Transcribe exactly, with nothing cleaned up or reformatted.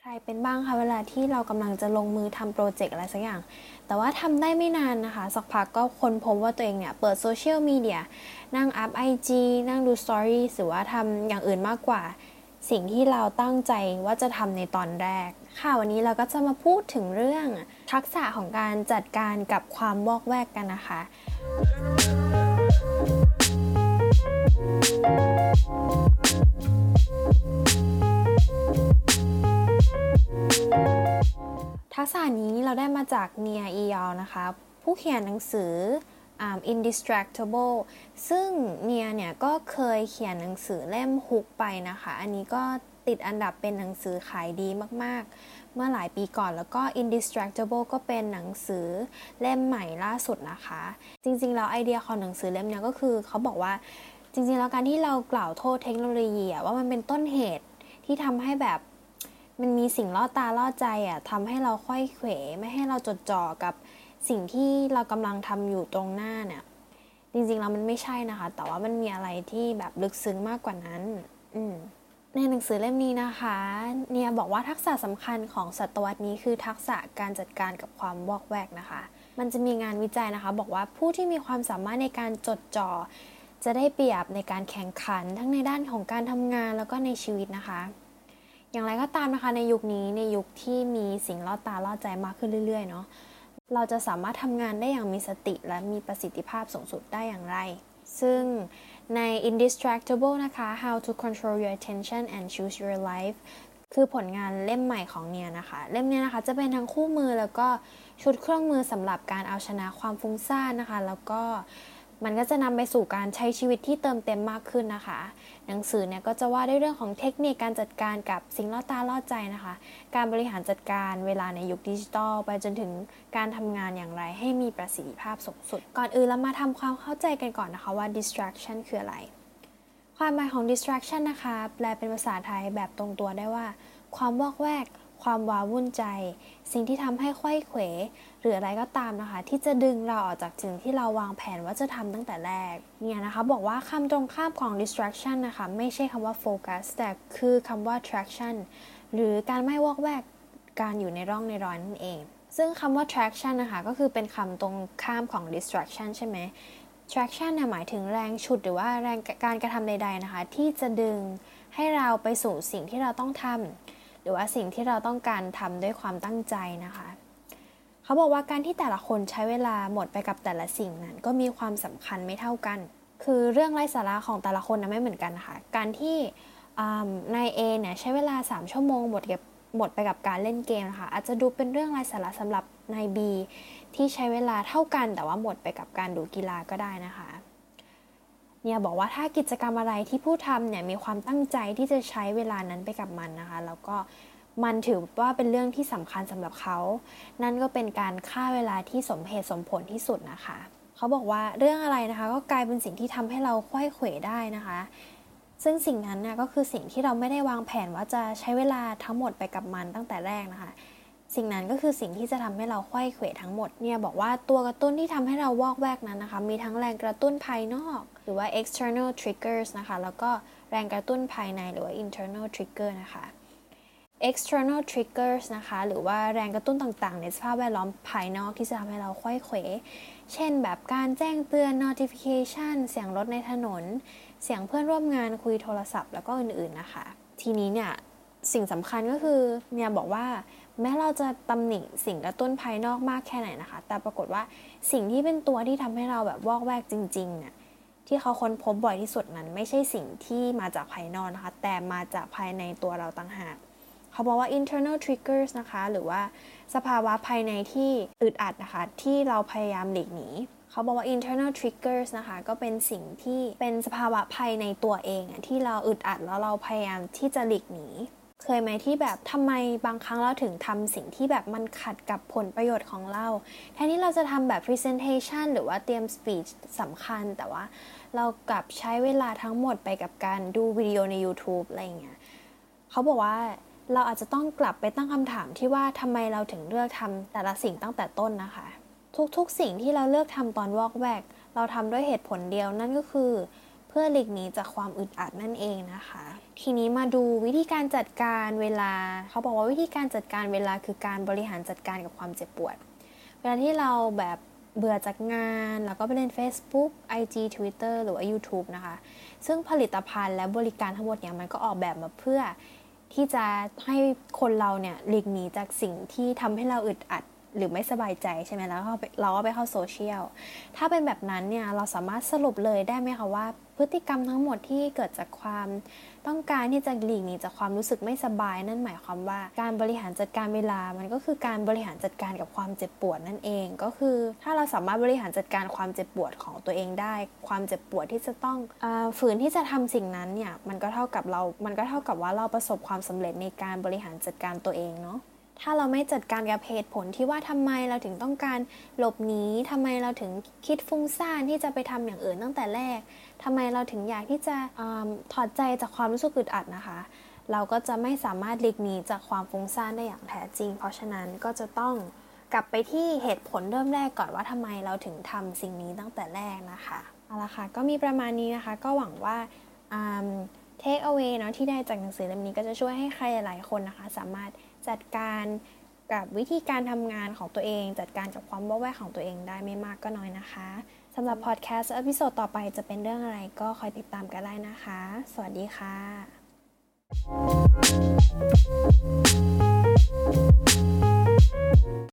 ใครเป็นบ้างคะเวลาที่เรากำลังจะลงมือทำโปรเจกต์อะไรสักอย่างแต่ว่าทำได้ไม่นานนะคะสักพักก็ค้นพบว่าตัวเองเนี่ยเปิดโซเชียลมีเดียนั่งอัพไอจีนั่งดูสตอรี่หรือว่าทำอย่างอื่นมากกว่าสิ่งที่เราตั้งใจว่าจะทำในตอนแรกค่ะวันนี้เราก็จะมาพูดถึงเรื่องทักษะของการจัดการกับความวอกแวกกันนะคะทักษะนี้เราได้มาจากเนียอียอลนะคะผู้เขียนหนังสือ Indistractable ซึ่งเนียเนี่ยก็เคยเขียนหนังสือเล่มฮุกไปนะคะอันนี้ก็ติดอันดับเป็นหนังสือขายดีมากๆเมื่อหลายปีก่อนแล้วก็ Indistractable ก็เป็นหนังสือเล่มใหม่ล่าสุดนะคะจริงๆแล้วไอเดียของหนังสือเล่มนี้ก็คือเขาบอกว่าจริงๆแล้วการที่เรากล่าวโทษเทคโนโลยีว่ามันเป็นต้นเหตุที่ทำให้แบบมันมีสิ่งล่อตาล่อใจอ่ะทำให้เราค่อยเขวไม่ให้เราจดจ่อกับสิ่งที่เรากำลังทำอยู่ตรงหน้าเนี่ยจริงๆแล้วมันไม่ใช่นะคะแต่ว่ามันมีอะไรที่แบบลึกซึ้งมากกว่านั้นอืมในหนังสือเล่มนี้นะคะเนี่ยบอกว่าทักษะสำคัญของศตวรรษนี้คือทักษะการจัดการกับความวอกแวกนะคะมันจะมีงานวิจัยนะคะบอกว่าผู้ที่มีความสามารถในการจดจ่อจะได้เปรียบในการแข่งขันทั้งในด้านของการทำงานแล้วก็ในชีวิตนะคะอย่างไรก็ตามนะคะในยุคนี้ในยุคที่มีสิ่งล่อตาล่อใจมากขึ้นเรื่อยๆเนาะเราจะสามารถทำงานได้อย่างมีสติและมีประสิทธิภาพสูงสุดได้อย่างไรซึ่งใน Indistractable นะคะ How to Control Your Attention and Choose Your Life คือผลงานเล่มใหม่ของเนียนะคะเล่มนี้นะคะจะเป็นทั้งคู่มือแล้วก็ชุดเครื่องมือสำหรับการเอาชนะความฟุ้งซ่านนะคะแล้วก็มันก็จะนำไปสู่การใช้ชีวิตที่เติมเต็มมากขึ้นนะคะหนังสือเนี่ยก็จะว่าด้วยเรื่องของเทคนิคการจัดการกับสิ่งล่อตาล่อใจนะคะการบริหารจัดการเวลาในยุคดิจิทัลไปจนถึงการทำงานอย่างไรให้มีประสิทธิภาพสูงสุดก่อนอื่นเรามาทำความเข้าใจกันก่อนนะคะว่า distraction คืออะไรความหมายของ distraction นะคะแปลเป็นภาษาไทยแบบตรงตัวได้ว่าความวอกแวกความว้าวุ่นใจสิ่งที่ทำให้ไขว้เขวหรืออะไรก็ตามนะคะที่จะดึงเราออกจากสิ่งที่เราวางแผนว่าจะทำตั้งแต่แรกเนี่ยนะคะบอกว่าคำตรงข้ามของ distraction นะคะไม่ใช่คำว่า focus แต่คือคำว่า traction หรือการไม่วอกแวกการอยู่ในร่องในรอยนั่นเองซึ่งคำว่า traction นะคะก็คือเป็นคำตรงข้ามของ distraction ใช่ไหม traction เนี่ยหมายถึงแรงฉุดหรือว่าแรงการกระทำใดๆนะคะที่จะดึงให้เราไปสู่สิ่งที่เราต้องทำหรือว่าสิ่งที่เราต้องการทำด้วยความตั้งใจนะคะเขาบอกว่าการที่แต่ละคนใช้เวลาหมดไปกับแต่ละสิ่งนั้นก็มีความสำคัญไม่เท่ากันคือเรื่องไร้สาระของแต่ละคนนะไม่เหมือนกันนะคะการที่นาย A เนี่ยใช้เวลาสามชั่วโมงหมดกับหมดไปกับการเล่นเกมนะคะอาจจะดูเป็นเรื่องไร้สาระสำหรับนาย B ที่ใช้เวลาเท่ากันแต่ว่าหมดไปกับการดูกีฬาก็ได้นะคะเนี่ยบอกว่าถ้ากิจกรรมอะไรที่ผู้ทำเนี่ยมีความตั้งใจที่จะใช้เวลานั้นไปกับมันนะคะแล้วก็มันถือว่าเป็นเรื่องที่สำคัญสำหรับเขานั่นก็เป็นการฆ่าเวลาที่สมเหตุสมผลที่สุดนะคะเขาบอกว่าเรื่องอะไรนะคะก็กลายเป็นสิ่งที่ทำให้เราไขว้เขวได้นะคะซึ่งสิ่งนั้นเนี่ยก็คือสิ่งที่เราไม่ได้วางแผนว่าจะใช้เวลาทั้งหมดไปกับมันตั้งแต่แรกนะคะสิ่งนั้นก็คือสิ่งที่จะทำให้เราไขว้เขวทั้งหมดเนี่ยบอกว่าตัวกระตุ้นที่ทำให้เราวอกแวกนั้นนะคะมีทั้งแรงกระตุ้นภายนอกหรือว่า external triggers นะคะแล้วก็แรงกระตุ้นภายในหรือว่า internal trigger นะคะ external triggers นะคะหรือว่าแรงกระตุ้นต่างๆในสภาพแวดล้อมภายนอกที่จะทำให้เราไขว้เขวเช่นแบบการแจ้งเตือน notification เสียงรถในถนนเสียงเพื่อนร่วมงานคุยโทรศัพท์แล้วก็อื่นๆนะคะทีนี้เนี่ยสิ่งสำคัญก็คือเนี่ยบอกว่าแม้เราจะตำหนิสิ่งกระตุ้นภายนอกมากแค่ไหนนะคะแต่ปรากฏว่าสิ่งที่เป็นตัวที่ทำให้เราแบบวอกแวกจริงๆเนี่ยที่เขาค้นพบบ่อยที่สุดนั้นไม่ใช่สิ่งที่มาจากภายนอกนะคะแต่มาจากภายในตัวเราต่างหากเขาบอกว่า internal triggers นะคะหรือว่าสภาวะภายในที่อึดอัดนะคะที่เราพยายามหลีกหนีเขาบอกว่า internal triggers นะคะก็เป็นสิ่งที่เป็นสภาวะภายในตัวเองที่เราอึดอัดแล้วเราพยายามที่จะหลีกหนีเคยไหมที่แบบทำไมบางครั้งเราถึงทำสิ่งที่แบบมันขัดกับผลประโยชน์ของเราแทนที่เราจะทำแบบ presentation หรือว่าเตรียม speech สำคัญแต่ว่าเรากลับใช้เวลาทั้งหมดไปกับการดูวิดีโอใน YouTube อะไรอย่างเงี้ยเขาบอกว่าเราอาจจะต้องกลับไปตั้งคำถามที่ว่าทำไมเราถึงเลือกทำแต่ละสิ่งตั้งแต่ต้นนะคะทุกๆสิ่งที่เราเลือกทำตอนวอกแวกเราทำด้วยเหตุผลเดียวนั่นก็คือ เพื่อหลีกหนีจากความอึดอัดนั่นเองนะคะทีนี้มาดูวิธีการจัดการเวลาเขาบอกว่าวิธีการจัดการเวลาคือการบริหารจัดการกับความเจ็บปวดเวลาที่เราแบบเบื่อจากงานแล้วก็ไปเล่น Facebook ไอ จี Twitter หรือว่า YouTube นะคะซึ่งผลิตภัณฑ์และบริการทั้งหมดเนี่ยมันก็ออกแบบมาเพื่อที่จะให้คนเราเนี่ยหลีกหนีจากสิ่งที่ทำให้เราอึดอัดหรือไม่สบายใจใช่ไหมแล้วเราก็ไปเข้าโซเชียลถ้าเป็นแบบนั้นเนี่ยเราสามารถสรุปเลยได้ไหมคะว่าพฤติกรรมทั้งหมดที่เกิดจากความต้องการที่จะหลีกหนีจากความรู้สึกไม่สบายนั่นหมายความว่าการบริหารจัดการเวลามันก็คือการบริหารจัดการกับความเจ็บปวดนั่นเองก็คือถ้าเราสามารถบริหารจัดการความเจ็บปวดของตัวเองได้ความเจ็บปวดที่จะต้องอ่าฝืนที่จะทำสิ่งนั้นเนี่ยมันก็เท่ากับเรามันก็เท่ากับว่าเราประสบความสำเร็จในการบริหารจัดการตัวเองเนาะถ้าเราไม่จัดการกับเหตุผลที่ว่าทำไมเราถึงต้องการหลบหนีทำไมเราถึงคิดฟุ้งซ่านที่จะไปทำอย่างอื่นตั้งแต่แรกทำไมเราถึงอยากที่จะอถอดใจจากความรู้สึกอึดอัดนะคะเราก็จะไม่สามารถหลีกหนีจากความฟุ้งซ่านได้อย่างแท้จริงเพราะฉะนั้นก็จะต้องกลับไปที่เหตุผลเริ่มแรกก่อนว่าทำไมเราถึงทำสิ่งนี้ตั้งแต่แรกนะคะเอาละค่ะก็มีประมาณนี้นะคะก็หวังว่าtake away เนาะที่ได้จากหนังสือเล่มนี้ก็จะช่วยให้ใครหลายคนนะคะสามารถจัดการกับวิธีการทำงานของตัวเองจัดการกับความว้าแวของตัวเองได้ไม่มากก็น้อยนะคะสำหรับพอดแคสต์เอพิโซดต่อไปจะเป็นเรื่องอะไรก็คอยติดตามกันได้นะคะสวัสดีค่ะ